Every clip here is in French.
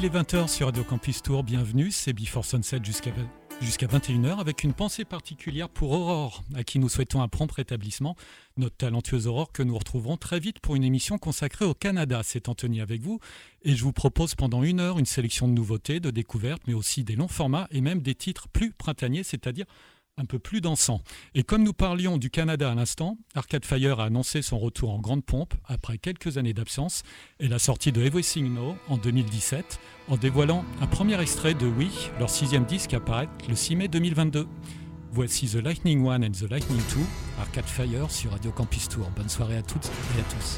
Il est 20h sur Radio Campus Tour, bienvenue, c'est Before Sunset jusqu'à 21h avec une pensée particulière pour Aurore, à qui nous souhaitons un prompt rétablissement. Notre talentueuse Aurore que nous retrouverons très vite pour une émission consacrée au Canada. C'est Anthony avec vous et je vous propose pendant 1 heure une sélection de nouveautés, de découvertes, mais aussi des longs formats et même des titres plus printaniers, c'est-à-dire un peu plus dansant. Et comme nous parlions du Canada à l'instant, Arcade Fire a annoncé son retour en grande pompe après quelques années d'absence et la sortie de Everything Now en 2017 en dévoilant un premier extrait de Oui, leur 6e disque à paraître le 6 mai 2022. Voici The Lightning One and The Lightning 2, Arcade Fire sur Radio Campus Tour. Bonne soirée à toutes et à tous.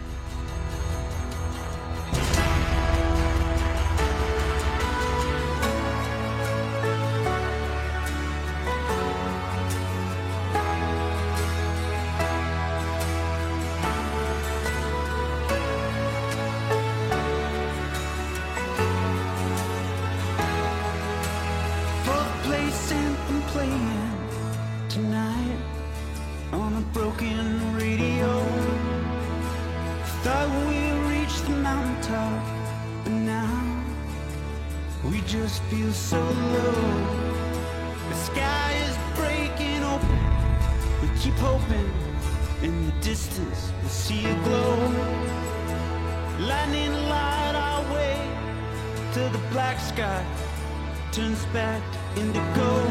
Feel so low. The sky is breaking open. We keep hoping in the distance we'll see a glow. Lightning light our way till the black sky turns back to indigo.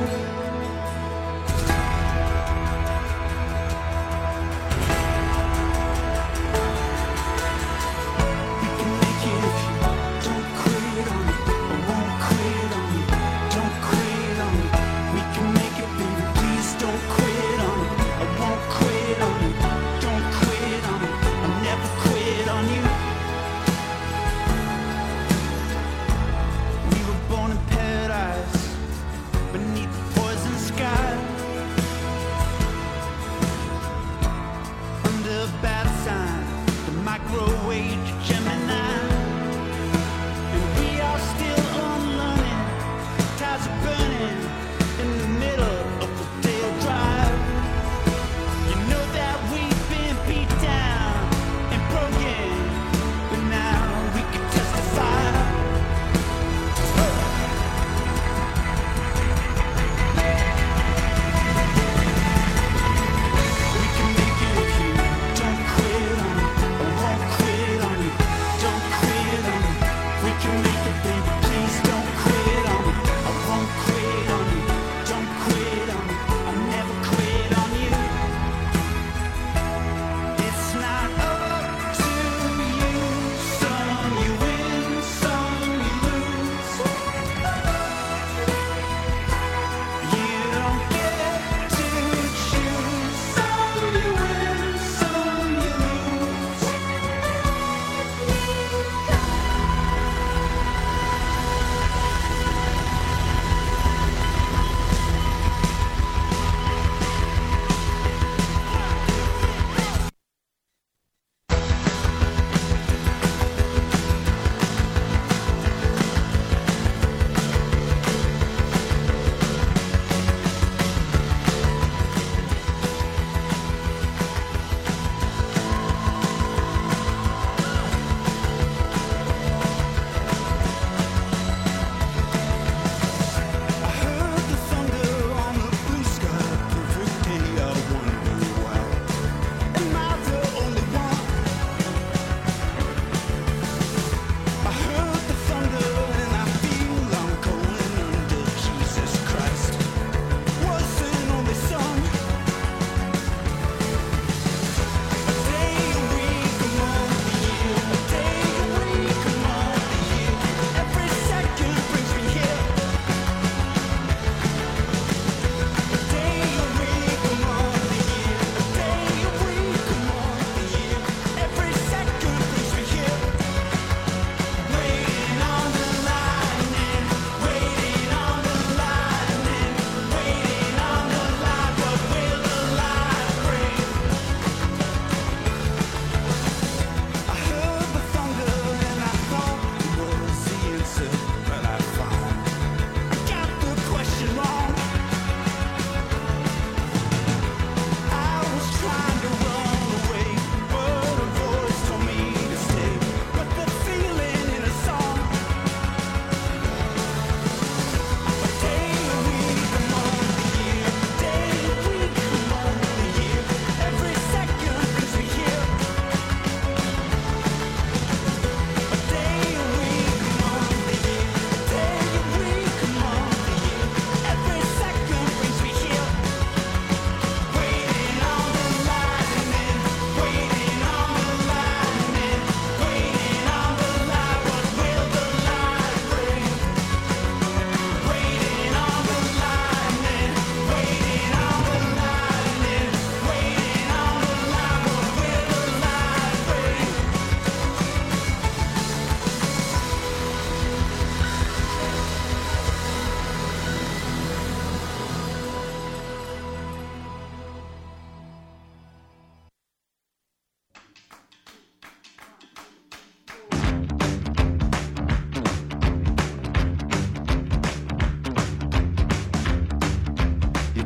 Beneath the poison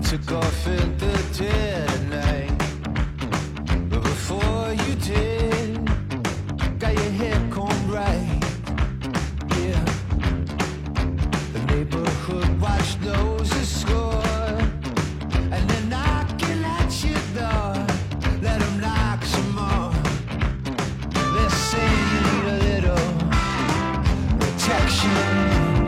took off in the dead of night. But before you did, got your hair combed right. Yeah, the neighborhood watch knows the score, and they're knocking at your door. Let them knock some more. They're saying you need a little protection.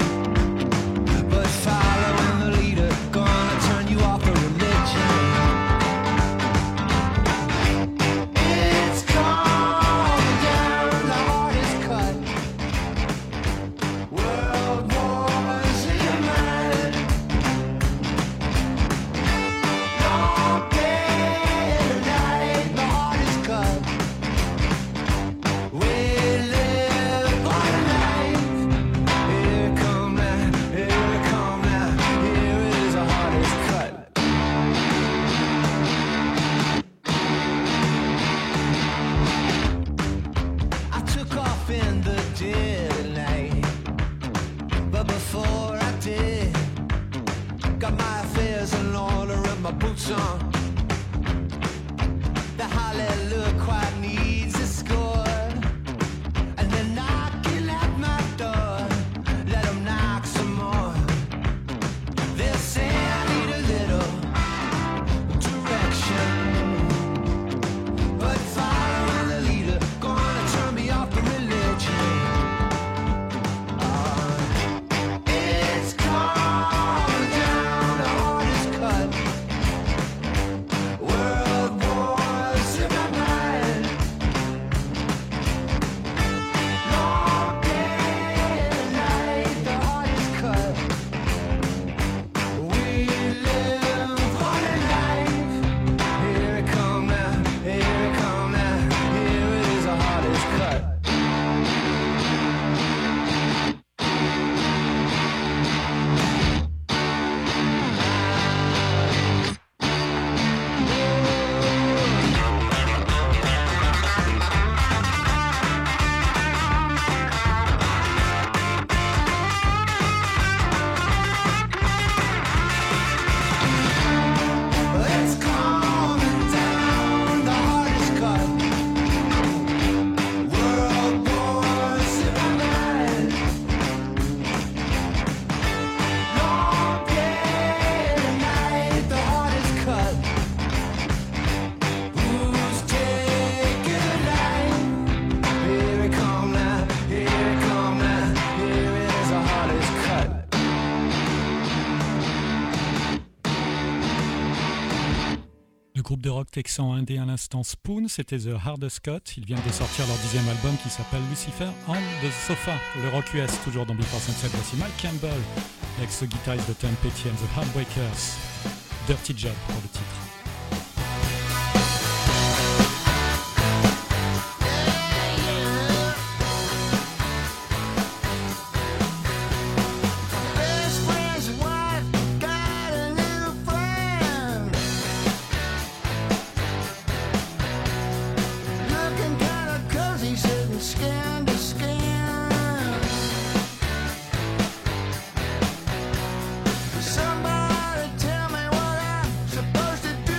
De rock texan indé à l'instant Spoon, c'était The Hardest Cut. Ils viennent de sortir leur 10e album qui s'appelle Lucifer on the Sofa. Le rock US, toujours dans Before Sunset. Voici Mike Campbell, l'ex-guitariste de Tom Petty and the Heartbreakers. Dirty Job pour le titre. Somebody tell me what I'm supposed to do.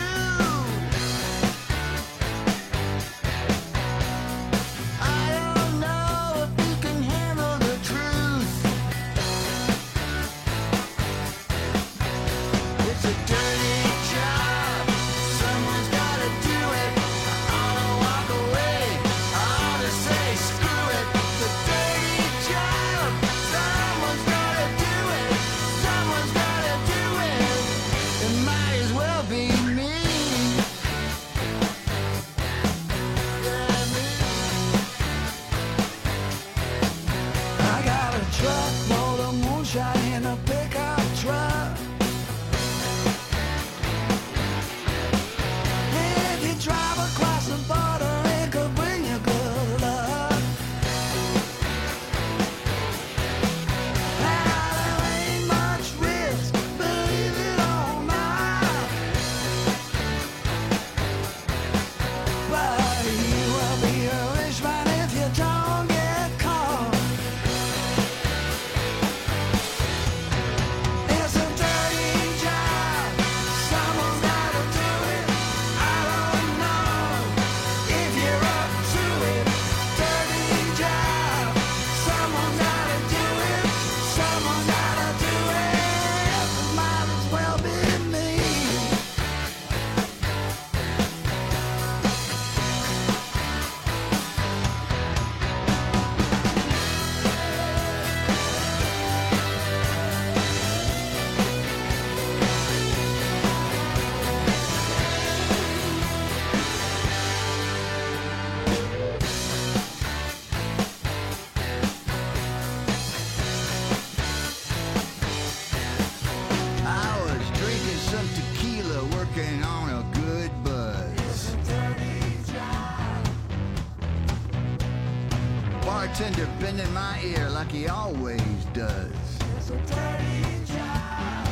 bending my ear like he always does. It's a dirty job.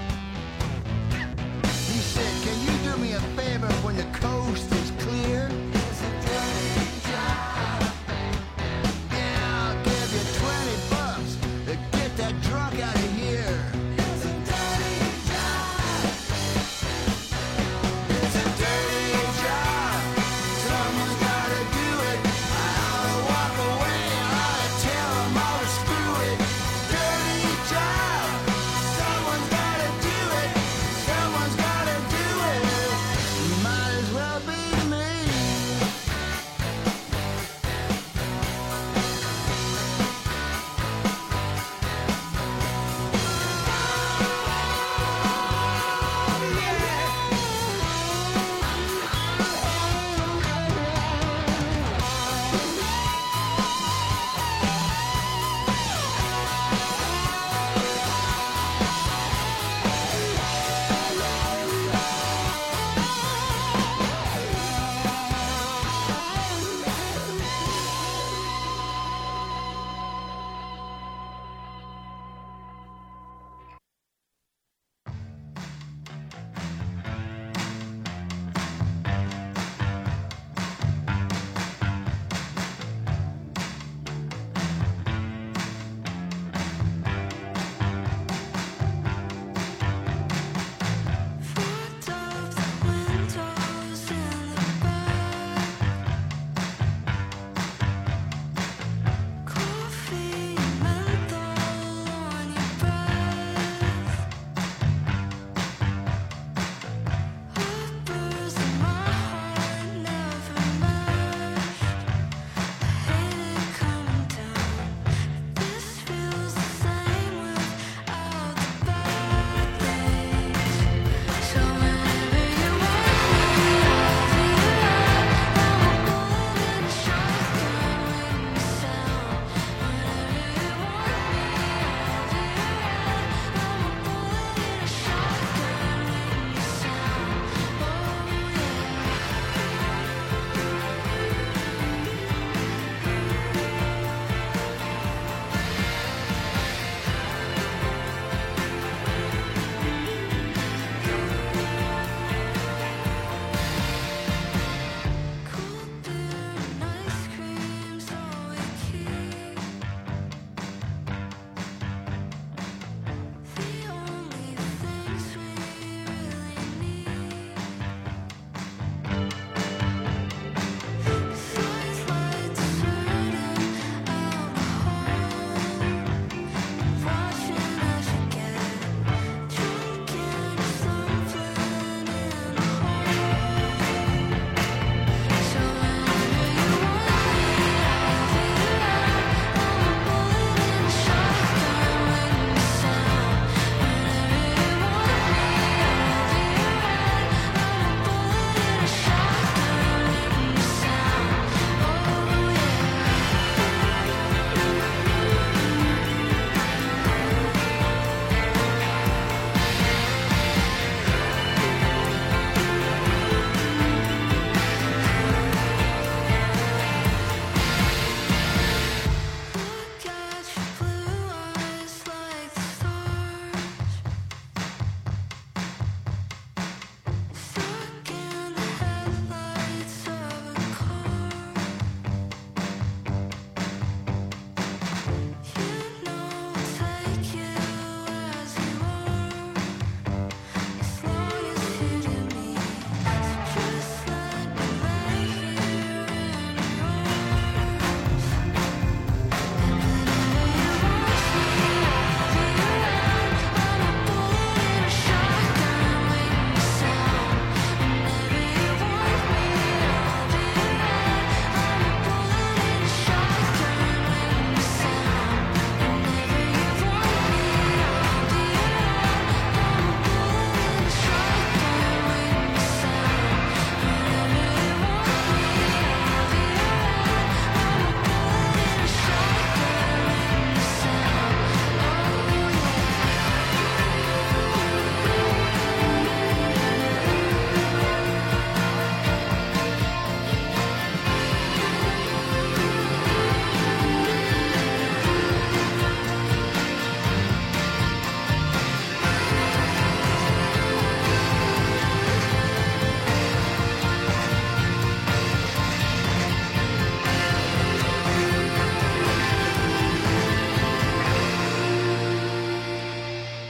He said, can you do me a favor when the coast is clear? It's a dirty job. Yeah, I'll give you $20 to get that drunk out of here. It's a dirty job. It's a dirty job. Someone's gotta do it. I ought to walk away. I ought to tell them all to screw it. Dirty job. Someone's gotta do it. Someone's gotta do it. Might as well be me.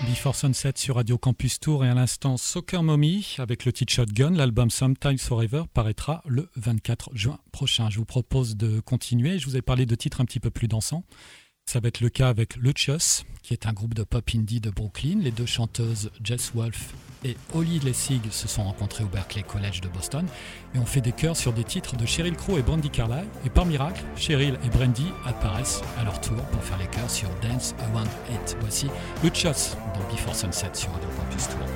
Before Sunset sur Radio Campus Tour et à l'instant Soccer Mommy avec le titre Shotgun. L'album Sometimes Forever paraîtra le 24 juin prochain. Je vous propose de continuer. Je vous ai parlé de titres un petit peu plus dansants. Ça va être le cas avec Lucius, qui est un groupe de pop indie de Brooklyn. Les deux chanteuses Jess Wolfe et Holly Lessig se sont rencontrées au Berklee College de Boston et ont fait des chœurs sur des titres de Sheryl Crow et Brandi Carlile. Et par miracle, Sheryl et Brandi apparaissent à leur tour pour faire les chœurs sur Dance Around It. Voici Lucius dans Before Sunset sur Radio Campus Tour.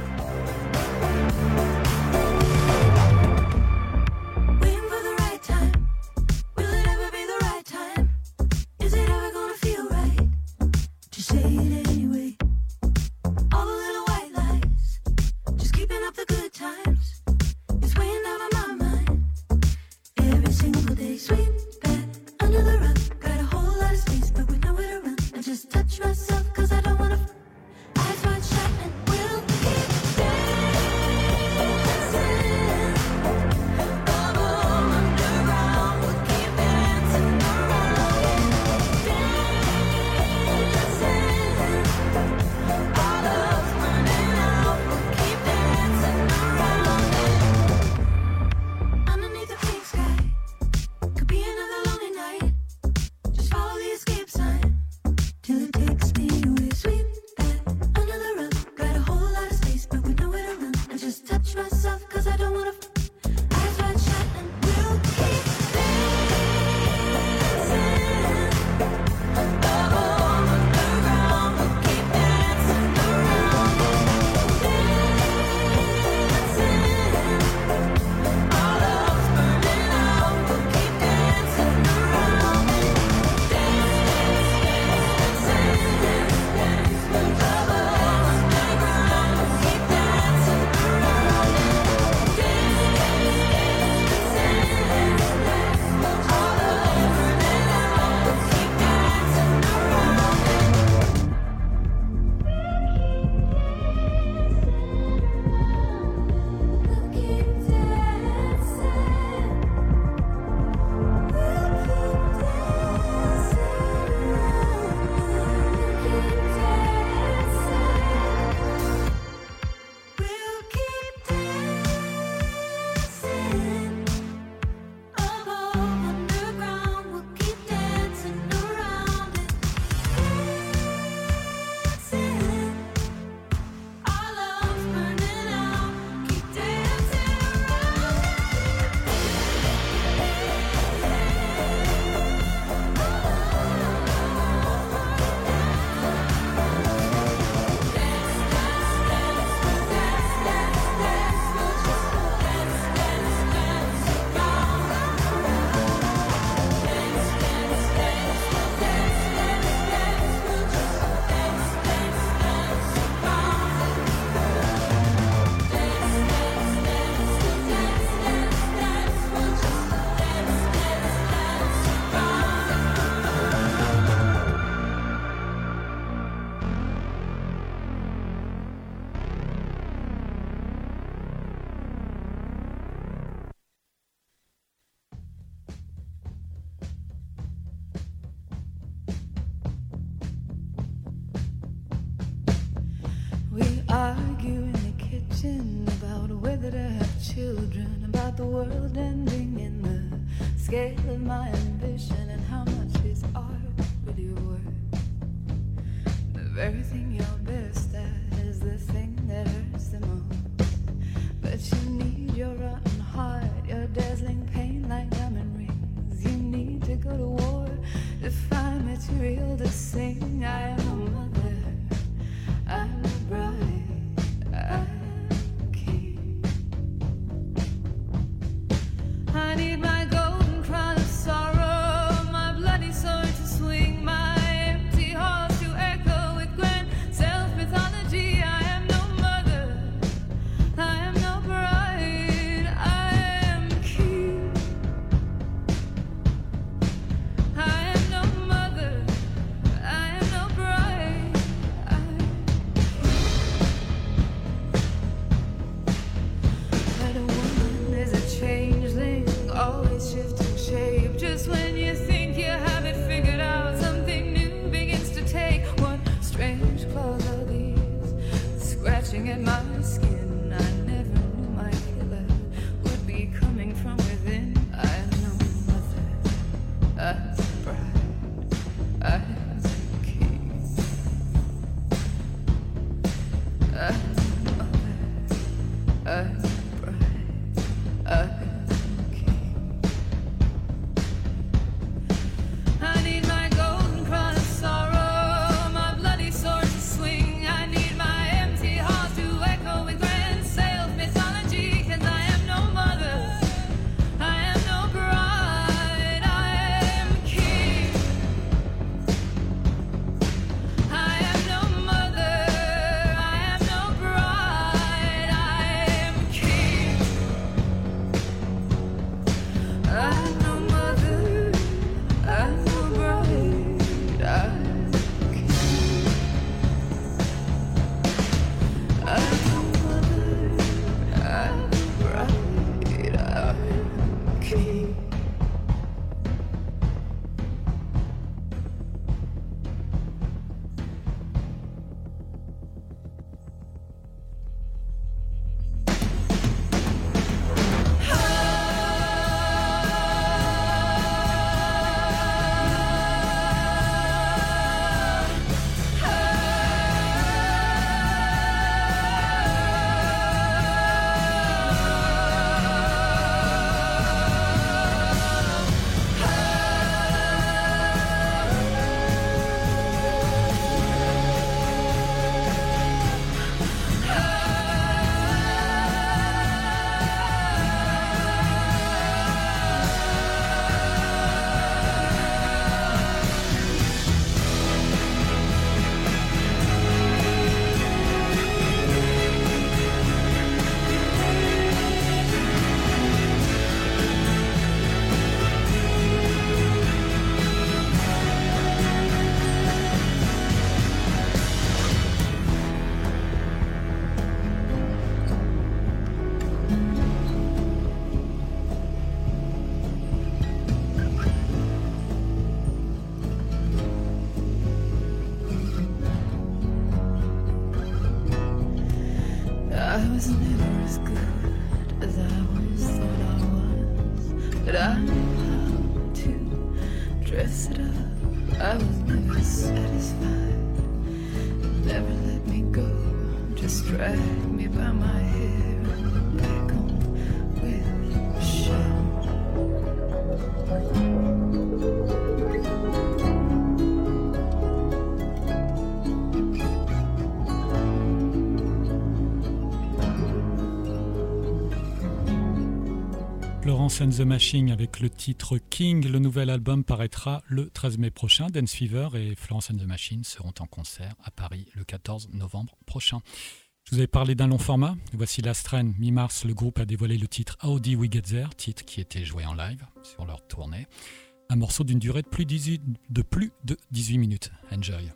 Argue in the kitchen about whether to have children, about the world ending in the scale of my ambition, and how much is art really worth. The very thing you're best at is the thing that hurts the most. But you need your rotten heart, your dazzling pain like diamond rings. You need to go to war to find material to sing. I am a mother, I'm a bride, I'm a king. I need my golden crown of sorrow, my bloody sword to swing, my empty halls to echo with grand self-mythology. I am no mother, I am no bride, I am king. I am no mother, I am scratching at my skin. I never knew my killer would be coming from within. I am no mother, I am a bride, I am a king. I am no mother, I am a bride, I am a king. I need my golden crown of sorrow, my bloody sword to swing. I need my empty halls to echo with grand sail of mythology. 'Cause I am no mother, I am no bride, I am king. I am no mother, I am no bride, I am king. I am no mother, I am no bride, I am king. I am no mother, I am bride, I am king. I was never as good as I always thought I was, but I knew how to dress it up. I was never satisfied, it never let me go. Just dragged me by my hair and back on with a shell. Florence and the Machine avec le titre King. Le nouvel album paraîtra le 13 mai prochain. Dance Fever et Florence and the Machine seront en concert à Paris le 14 novembre prochain. Je vous avais parlé d'un long format. Voici Last Train. Mi-mars, le groupe a dévoilé le titre How Did We Get There, titre qui était joué en live sur leur tournée. Un morceau d'une durée de plus de 18 minutes. Enjoy.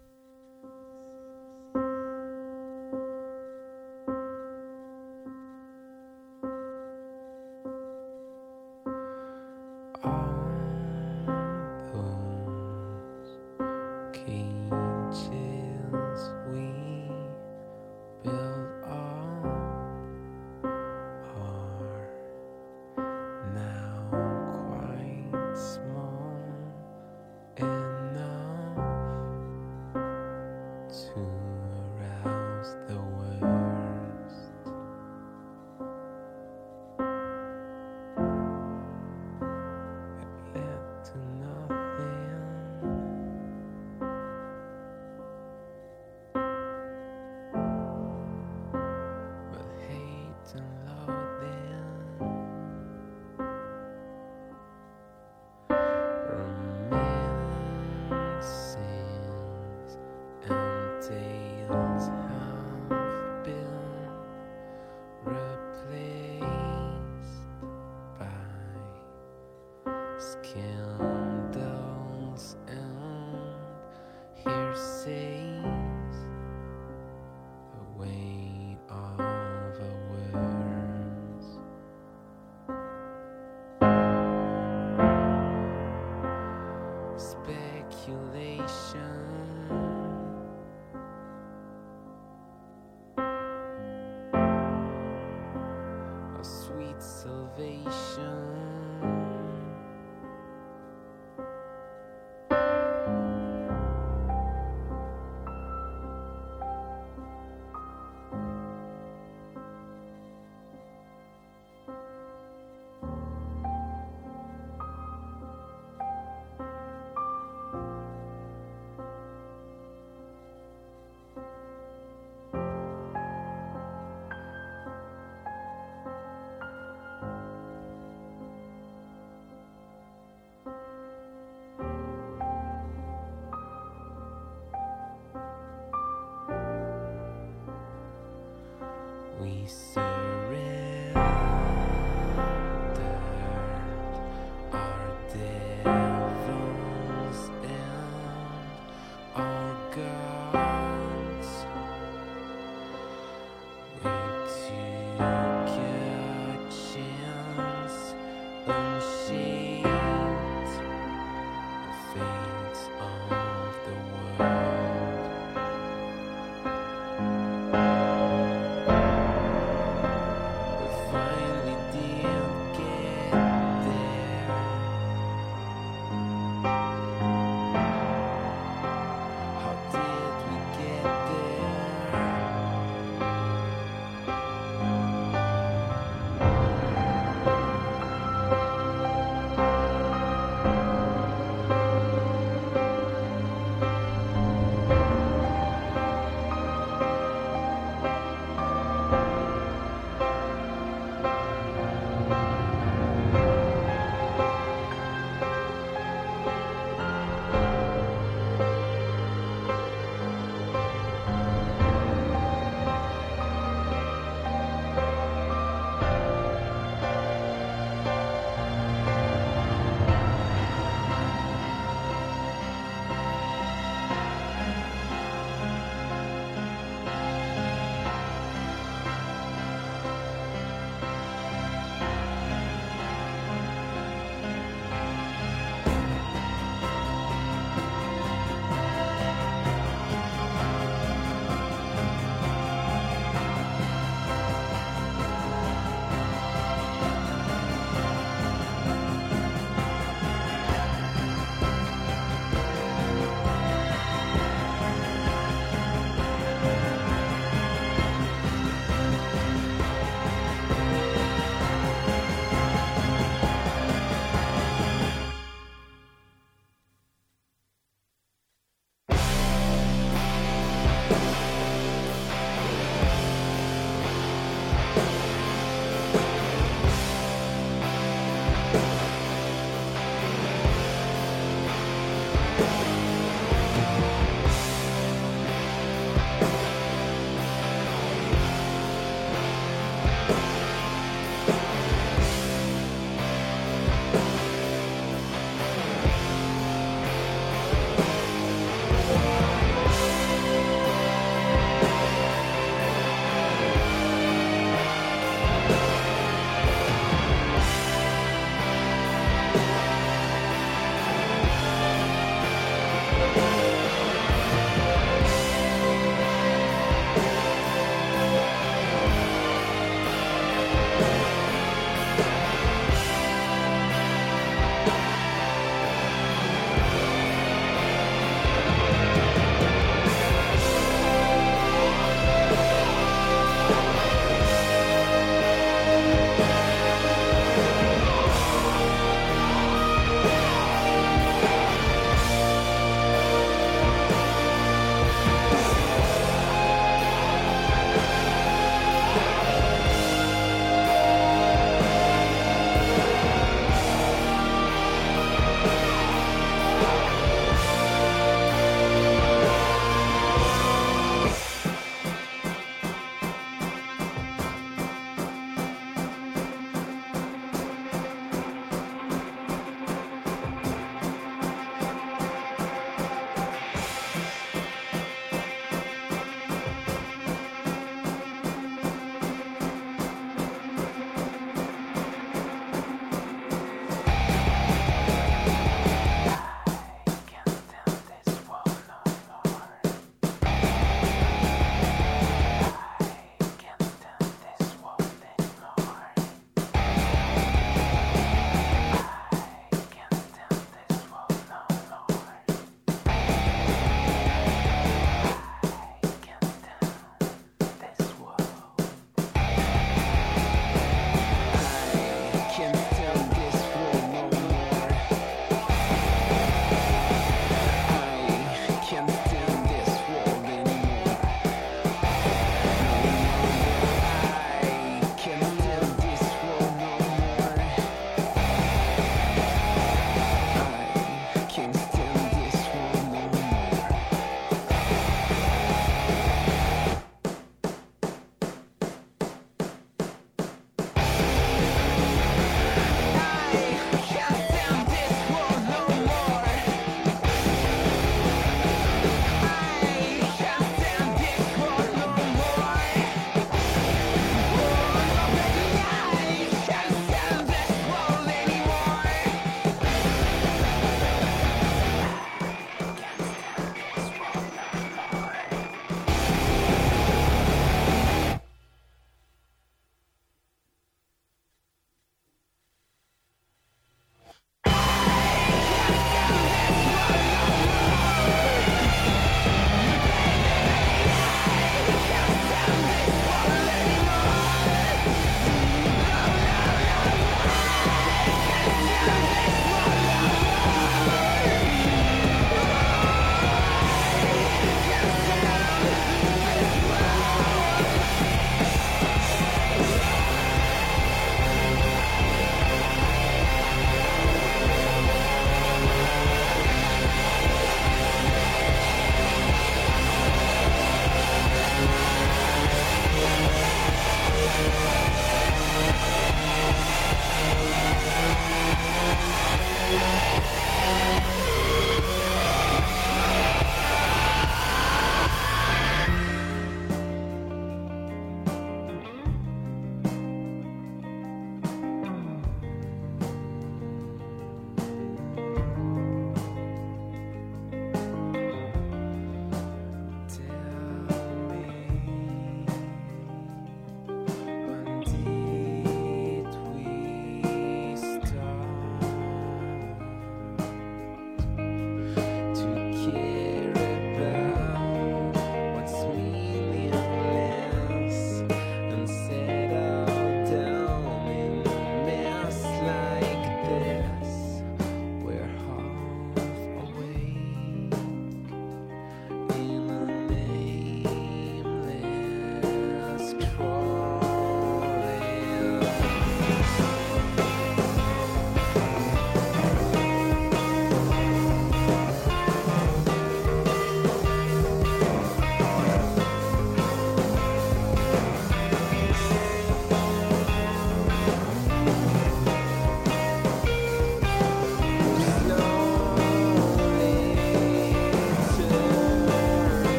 Small enough salvation. We surrendered our devils and our gods. We took a chance, unshaped the fate of the world.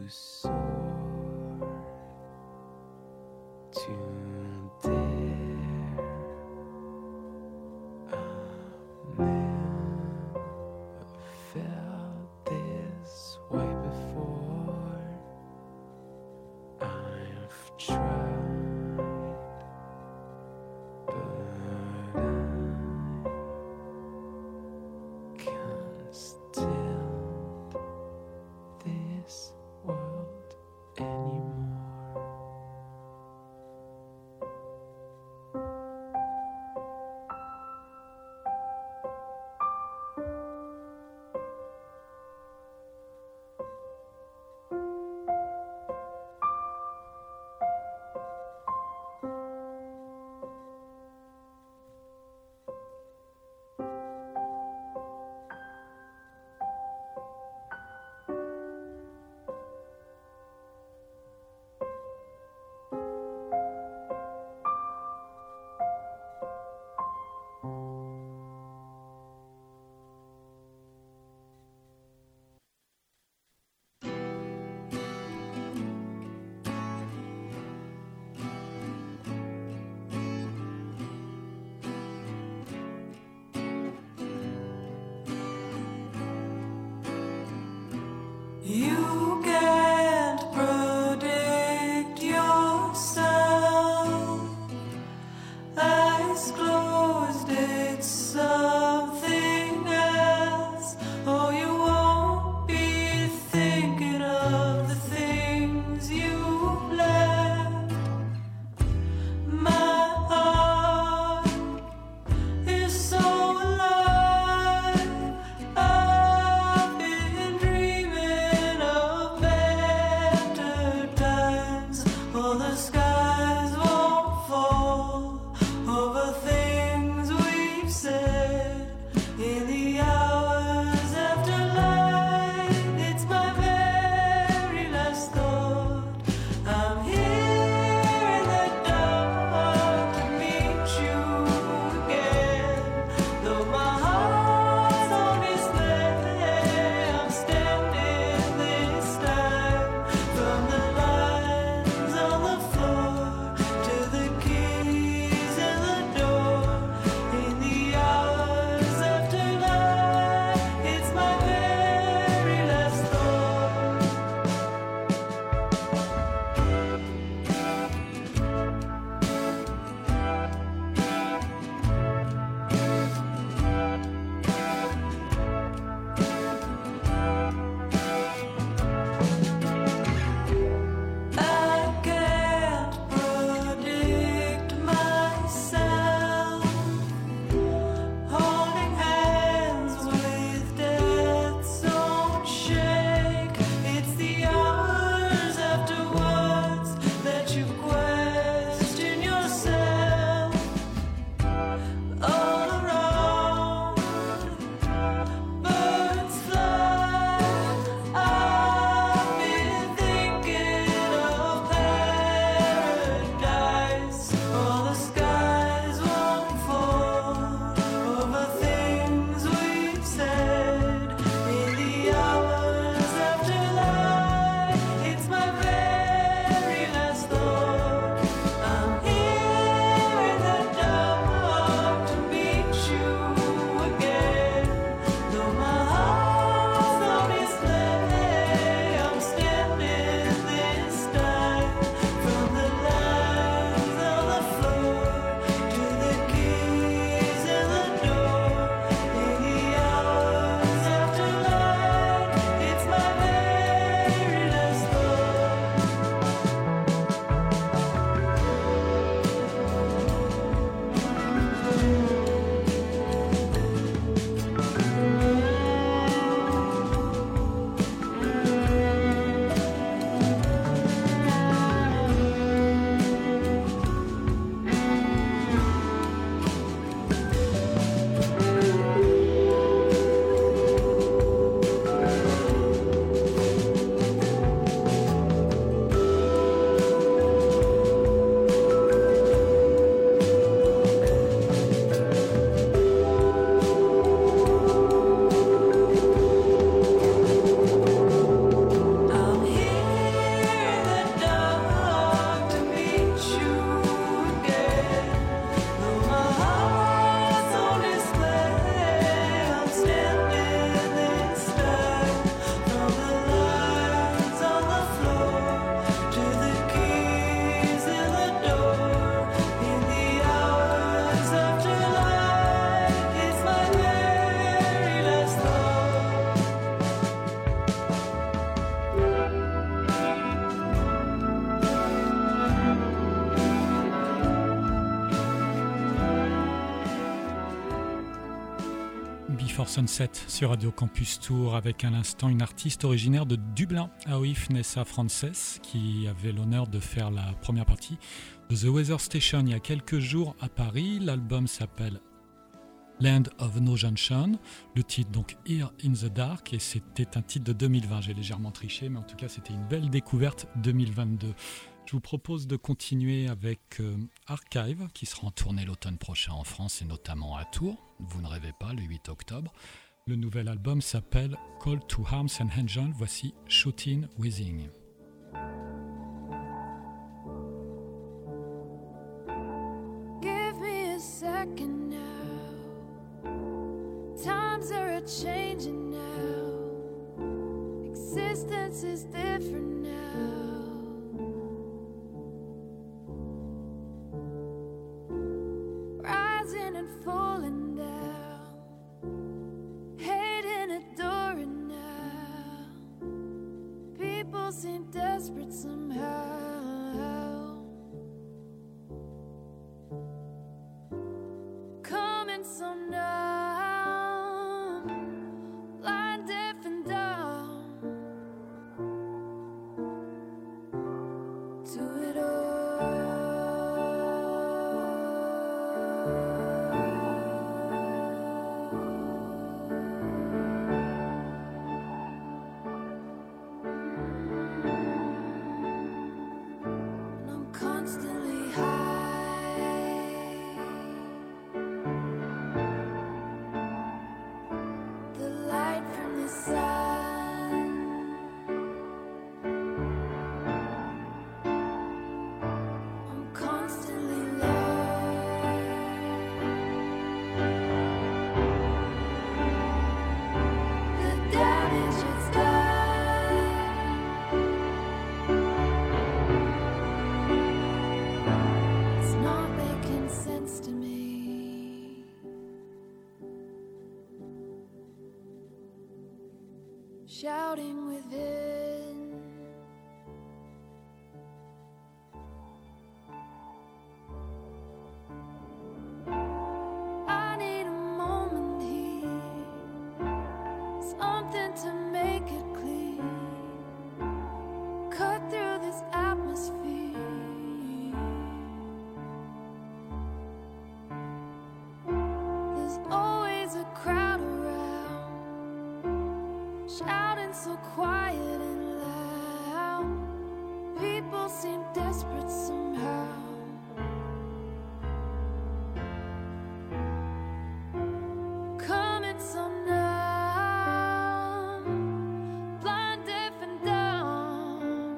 soar, to dare. I've never felt this way before. I've tried, but I can't stand this world anymore. Before Sunset sur Radio Campus Tour avec à l'instant une artiste originaire de Dublin, Aoif Nessa Frances, qui avait l'honneur de faire la première partie de The Weather Station il y a quelques jours à Paris. L'album s'appelle Land of No Junction, le titre donc Here in the Dark, et c'était un titre de 2020, j'ai légèrement triché, mais en tout cas c'était une belle découverte 2022. Je vous propose de continuer avec Archive, qui sera en tournée l'automne prochain en France et notamment à Tours. Vous ne rêvez pas, le 8 octobre. Le nouvel album s'appelle Call to Arms and Angel. Voici Shooting Withing. Give me a second now. Times are a changing now. Existence is different now. Rising and falling down, hating, adoring now. People seem desperate somehow. Coming so numb, blind, deaf, and dumb to it all. Shouting within, I need a moment here, something to make it clear, cut through this atmosphere. There's always a crowd around, shouting so quiet and loud. People seem desperate somehow. Coming so numb, blind, deaf, and dumb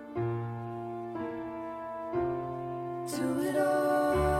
to it all.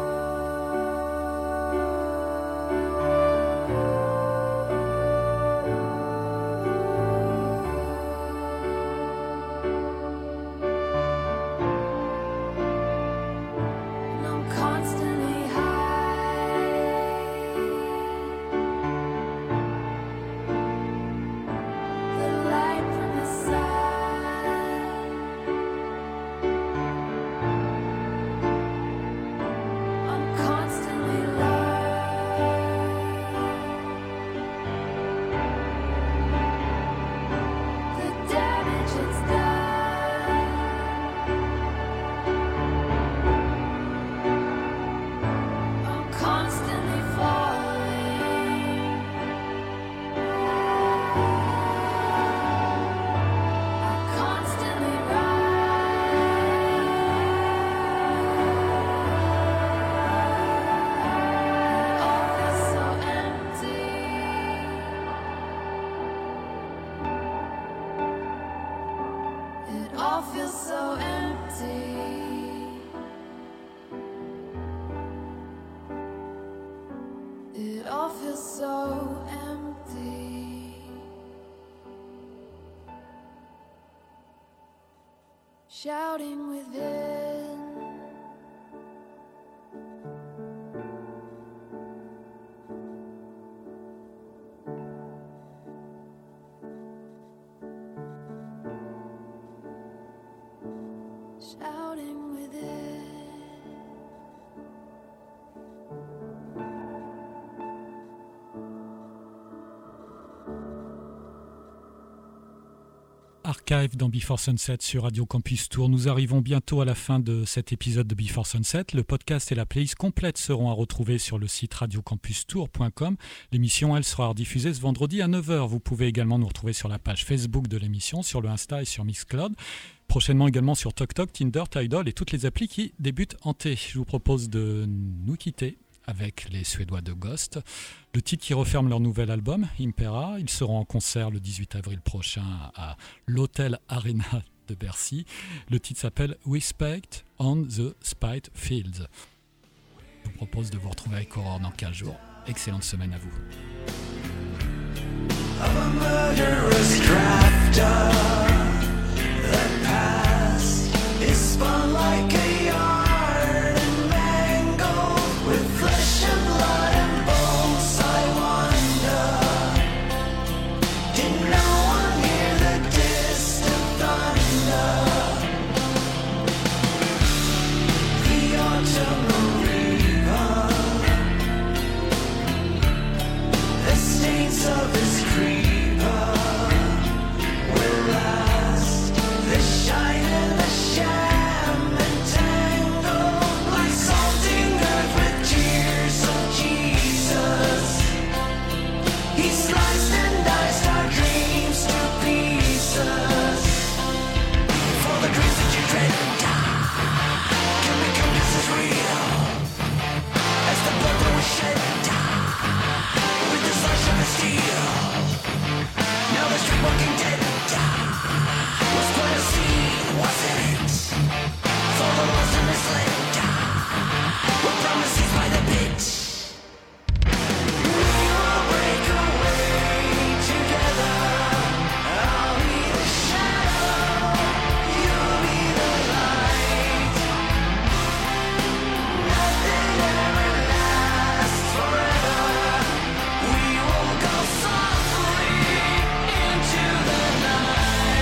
Shouting within, shouting within. Archive dans Before Sunset sur Radio Campus Tour. Nous arrivons bientôt à la fin de cet épisode de Before Sunset. Le podcast et la playlist complète seront à retrouver sur le site radiocampustour.com. L'émission, elle, sera rediffusée ce vendredi à 9h. Vous pouvez également nous retrouver sur la page Facebook de l'émission, sur le Insta et sur Mixcloud. Prochainement également sur TokTok, Tinder, Tidal et toutes les applis qui débutent en T. Je vous propose de nous quitter avec les Suédois de Ghost. Le titre qui referme leur nouvel album, Impera. Ils seront en concert le 18 avril prochain à l'Hôtel Arena de Bercy. Le titre s'appelle Respect on the Spite Fields. Je vous propose de vous retrouver avec Aurore dans 15 jours. Excellente semaine à vous. A murderous crafter, the past is spun like a yarn and mangled with flesh and blood and bones. I wonder, did no one hear the distant thunder? The autumn reaper, the stains of his creeper will last. The shine and the sham entangled like salting earth with tears of Jesus. He sliced and diced our dreams to pieces. For the dreams that you dread and die can become just as real as the blood that was shed and died with the slash of the steel. Now the streetwalking dead was quite a scene, wasn't it? For the lost and misled were promises by the pit. We will break away together. I'll be the shadow, you'll be the light. Nothing ever lasts forever. We will go softly into the night.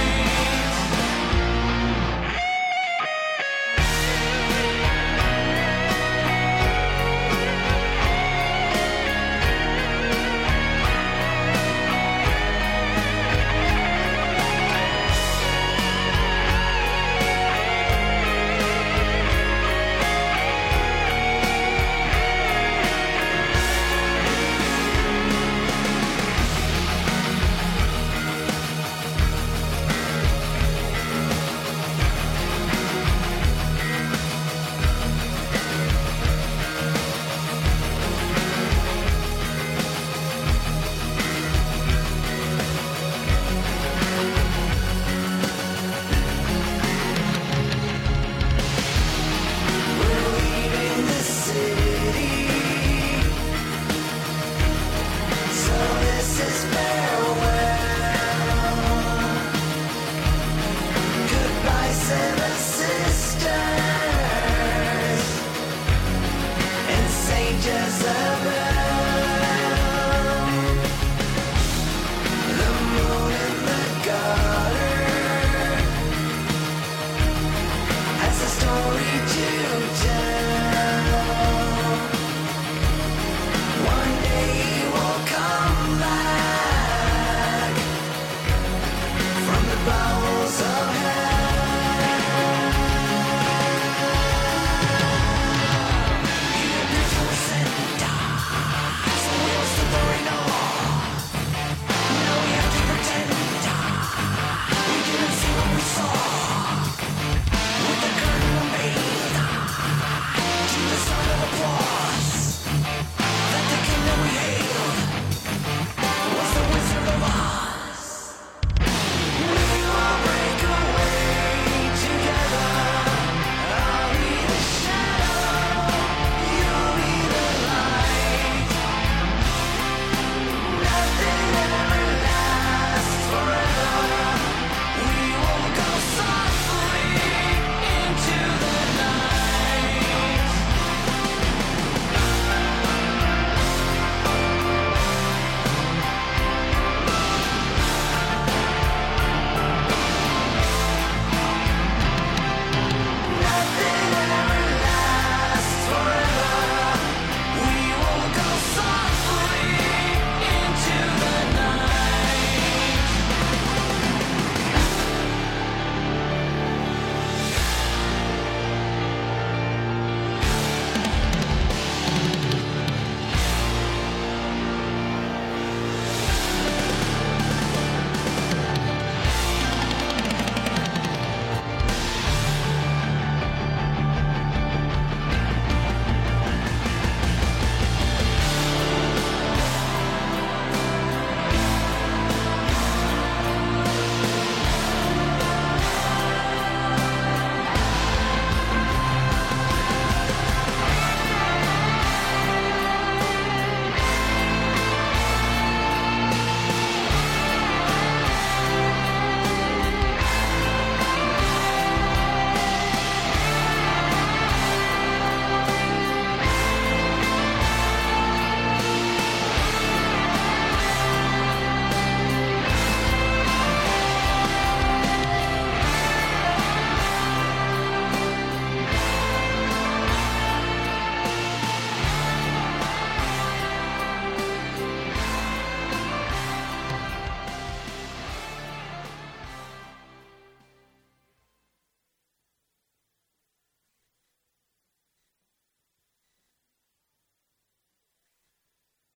We're leaving the city, so this is farewell. Goodbye, Seven Sisters and Saint Jezebel. The moon in the gutter has a story to tell.